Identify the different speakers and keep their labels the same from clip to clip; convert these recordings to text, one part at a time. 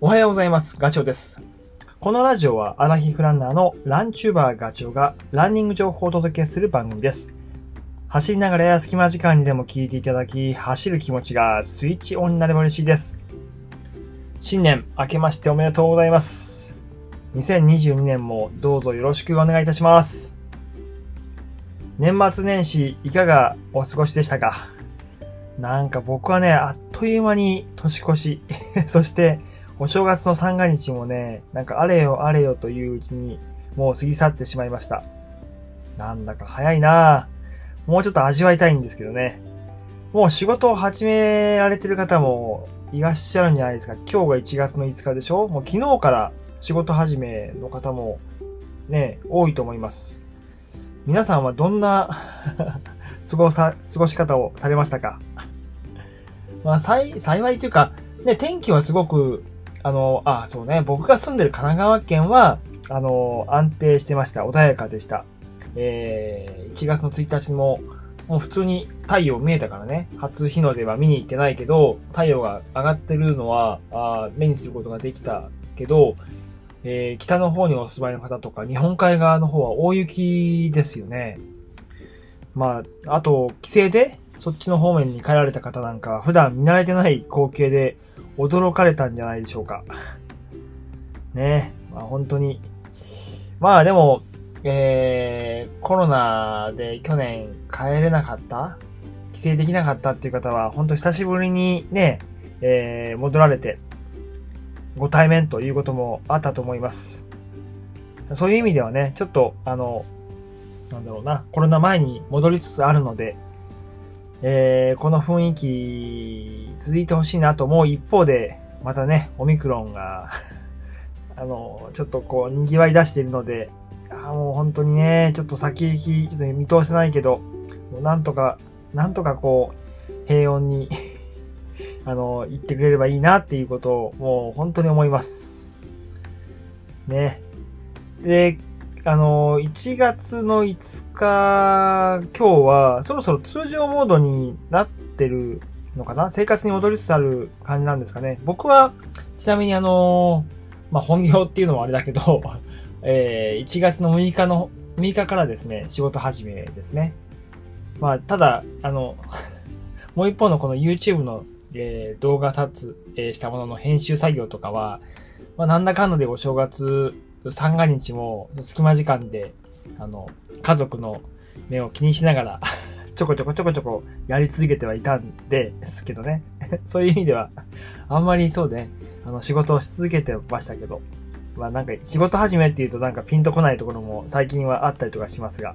Speaker 1: おはようございます。ガチョウです。このラジオはアラヒフランナーのランチューバーガチョウがランニング情報をお届けする番組です。走りながらや隙間時間にでも聞いていただき、走る気持ちがスイッチオンになれば嬉しいです。新年明けましておめでとうございます。2022年もどうぞよろしくお願いいたします。年末年始いかがお過ごしでしたか？なんか僕はね、あっという間に年越し、そしてお正月の三が日もね、なんかあれよあれよといううちにもう過ぎ去ってしまいました。なんだか早いなぁ。もうちょっと味わいたいんですけどね。もう仕事を始められてる方もいらっしゃるんじゃないですか。今日が1月の5日でしょ？もう昨日から仕事始めの方もね、多いと思います。皆さんはどんな過ごし方をされましたか？まあ、幸いというか、ね、天気はすごく、そうね、僕が住んでる神奈川県は、安定してました。穏やかでした。1月の1日もう普通に太陽見えたからね、初日の出は見に行ってないけど、太陽が上がってるのは、目にすることができたけど、北の方にお住まいの方とか、日本海側の方は大雪ですよね。まあ、あと、帰省で、そっちの方面に帰られた方なんか、普段見慣れてない光景で驚かれたんじゃないでしょうか。ねえ、まあ本当に。まあでも、コロナで去年帰れなかった帰省できなかったっていう方は、本当久しぶりにね、戻られて、ご対面ということもあったと思います。そういう意味ではね、ちょっと、なんだろうな、コロナ前に戻りつつあるので、この雰囲気続いてほしいなと思う一方で、またね、オミクロンがちょっとこう、賑わい出しているので、もう本当にね、ちょっと先行き、ちょっと見通せないけど、なんとかこう、平穏に言ってくれればいいなっていうことを、もう本当に思います。ね。で、1月の5日、今日はそろそろ通常モードになってるのかな？生活に戻りつつある感じなんですかね。僕は、ちなみに本業っていうのもあれだけど、1月の6日からですね、仕事始めですね。まあ、ただ、もう一方のこの YouTube の、動画撮影したものの編集作業とかは、まあ、なんだかんだでお正月、三が日も隙間時間で、家族の目を気にしながらちょこちょこやり続けてはいたんですけどね。そういう意味では、あんまりそうね、仕事をし続けてましたけど、まあなんか仕事始めっていうとなんかピンとこないところも最近はあったりとかしますが。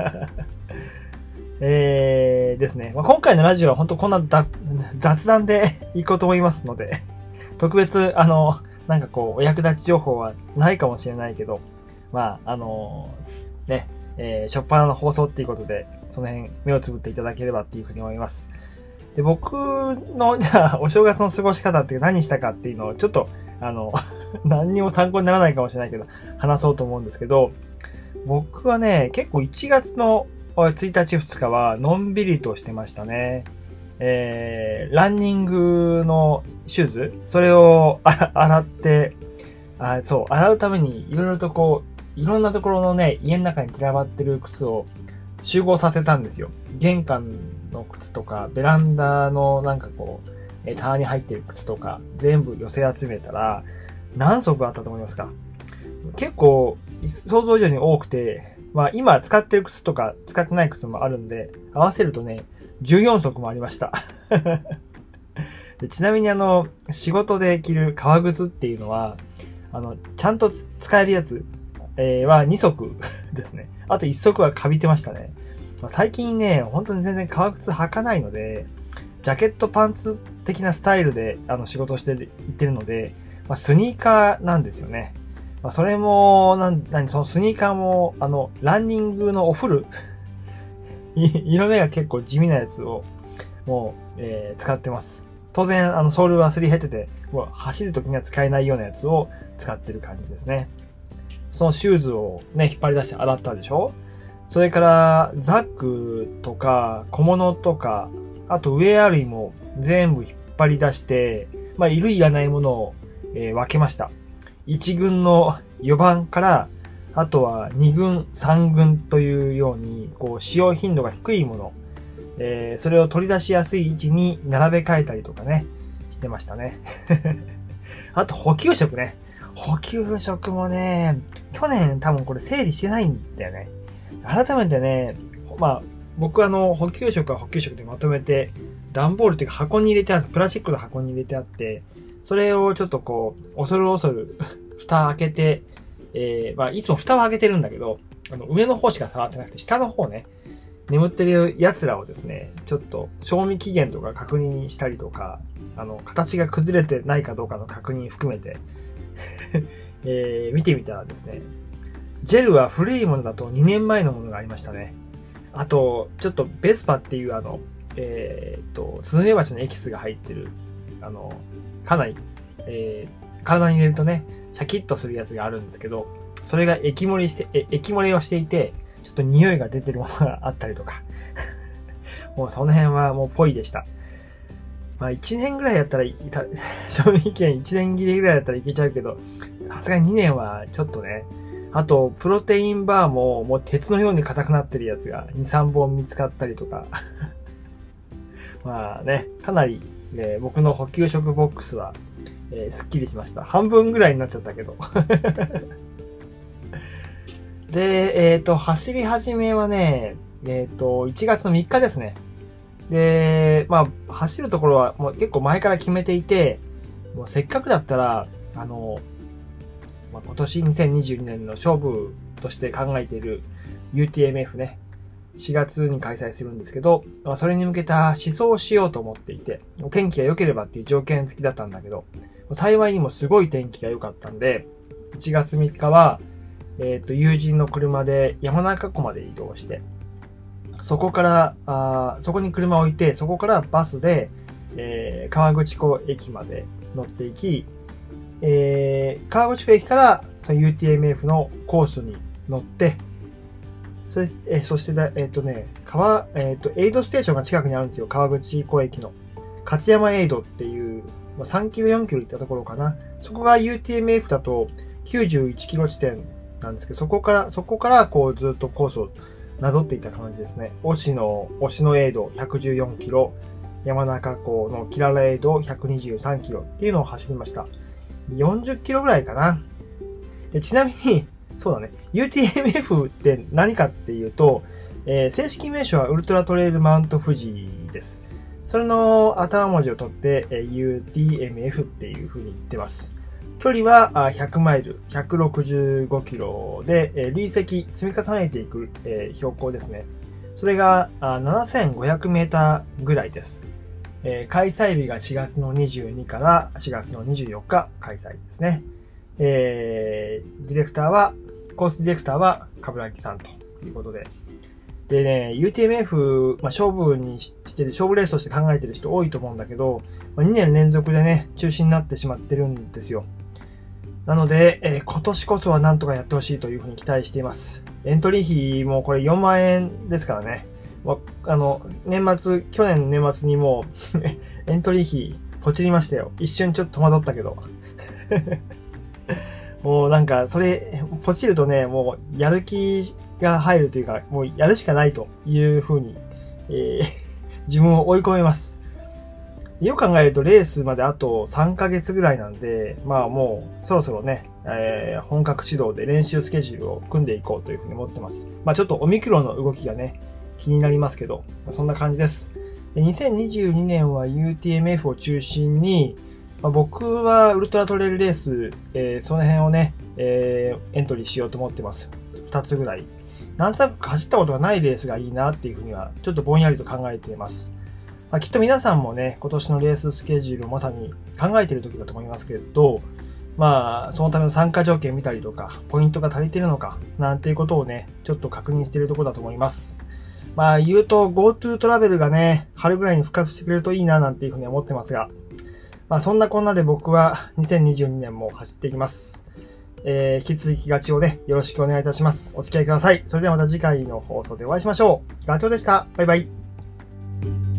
Speaker 1: ですね。まあ、今回のラジオは本当こんな雑談でいこうと思いますので、特別なんかこう、お役立ち情報はないかもしれないけど、まあ、ね、初っ端の放送っていうことで、その辺目をつぶっていただければっていうふうに思います。で、僕の、じゃあ、お正月の過ごし方って何したかっていうのを、ちょっと、何にも参考にならないかもしれないけど、話そうと思うんですけど、僕はね、結構1月の1日2日は、のんびりとしてましたね。ランニングのシューズ、それを洗って、洗うためにいろいろとこう、いろんなところのね、家の中に散らばってる靴を集合させたんですよ。玄関の靴とか、ベランダのなんかこう、棚に入ってる靴とか、全部寄せ集めたら、何足あったと思いますか？結構、想像以上に多くて、まあ今使ってる靴とか使ってない靴もあるんで、合わせるとね、14足もありましたで。ちなみに仕事で着る革靴っていうのは、ちゃんと使えるやつ、は2足ですね。あと1足はカビてましたね。まあ、最近ね、本当に全然革靴履かないので、ジャケットパンツ的なスタイルで仕事をして行ってるので、まあ、スニーカーなんですよね。まあ、それも、そのスニーカーも、ランニングのおフル色目が結構地味なやつを、もう、使ってます。当然、ソールはすり減ってて、もう走るときには使えないようなやつを使ってる感じですね。そのシューズをね、引っ張り出して洗ったでしょ？それから、ザックとか、小物とか、あとウェア類も全部引っ張り出して、まあ、いるいらないものを分けました。1軍の4番から、あとは2軍、3軍というように、こう、使用頻度が低いもの、それを取り出しやすい位置に並べ替えたりとかね、してましたね。あと、補給食ね。補給食もね、去年多分これ整理してないんだよね。改めてね、僕補給食は補給食でまとめて、段ボールっていうか箱に入れてある、プラスチックの箱に入れてあって、それをちょっとこう、恐る恐る、蓋開けて、いつも蓋は開けてるんだけど、上の方しか触ってなくて、下の方ね、眠ってる奴らをですね、ちょっと賞味期限とか確認したりとか、形が崩れてないかどうかの確認含めて、見てみたらですね、ジェルは古いものだと2年前のものがありましたね。あと、ちょっとベスパっていうスズメバチのエキスが入ってる、かなり、体に入れるとね、シャキッとするやつがあるんですけど、それが液漏れをしていて、ちょっと匂いが出てるものがあったりとか。もうその辺はもうポイでした。1年ぐらいだったら、賞味期限1年切れぐらいだったらいけちゃうけど、さすがに2年はちょっとね、あと、プロテインバーももう鉄のように硬くなってるやつが2、3本見つかったりとか。かなり、僕の補給食ボックスは、すっきりしました。半分ぐらいになっちゃったけど。で、走り始めはね、1月の3日ですね。で、走るところはもう結構前から決めていて、もうせっかくだったら、今年2022年の勝負として考えている UTMF ね、4月に開催するんですけど、それに向けた思想をしようと思っていて、天気が良ければっていう条件付きだったんだけど、幸いにもすごい天気が良かったんで、1月3日は、友人の車で山中湖まで移動して、そこから、そこに車を置いて、そこからバスで、河口湖駅まで乗っていき、河口湖駅からその UTMF のコースに乗って、そしてエイドステーションが近くにあるんですよ。河口湖駅の。勝山エイドっていう、3キロ4キロ行ったところかな。そこが UTMF だと91キロ地点なんですけど、そこからこうずっとコースをなぞっていた感じですね。忍野エイド114キロ、山中湖のキララエイド123キロっていうのを走りました。40キロぐらいかな。でちなみに、そうだね。UTMF って何かっていうと、正式名称はウルトラトレイルマウント富士です。それの頭文字を取って、UTMF っていう風に言ってます。距離は100マイル、165キロで、累積積み重ねていく、標高ですね。それが7500メーターぐらいです。開催日が4月の22から4月の24日開催ですね。コースディレクターは冠城さんということで。でね、UTMF、勝負レースとして考えてる人多いと思うんだけど、2年連続でね、中止になってしまってるんですよ。なので、今年こそはなんとかやってほしいというふうに期待しています。エントリー費もこれ4万円ですからね。去年の年末にもうエントリー費ポチりましたよ。一瞬ちょっと戸惑ったけど。もうなんか、それ、ポチるとね、もうやる気が入るというか、もうやるしかないというふうに、自分を追い込めます。よく考えるとレースまであと3ヶ月ぐらいなんで、もうそろそろね、本格始動で練習スケジュールを組んでいこうというふうに思ってます。ちょっとオミクロンの動きがね、気になりますけど、そんな感じです。で2022年は UTMF を中心に、僕はウルトラトレイルレース、その辺をね、エントリーしようと思ってます。2つぐらい。なんとなく走ったことがないレースがいいなっていうふうには、ちょっとぼんやりと考えています。きっと皆さんもね、今年のレーススケジュールをまさに考えている時だと思いますけれど、そのための参加条件見たりとか、ポイントが足りているのか、なんていうことをね、ちょっと確認しているところだと思います。言うと GoTo トラベルがね、春ぐらいに復活してくれるといいななんていうふうに思ってますが、そんなこんなで僕は2022年も走っていきます。引き続きガチをね、よろしくお願いいたします。お付き合いください。それではまた次回の放送でお会いしましょう。ガチョウでした。バイバイ。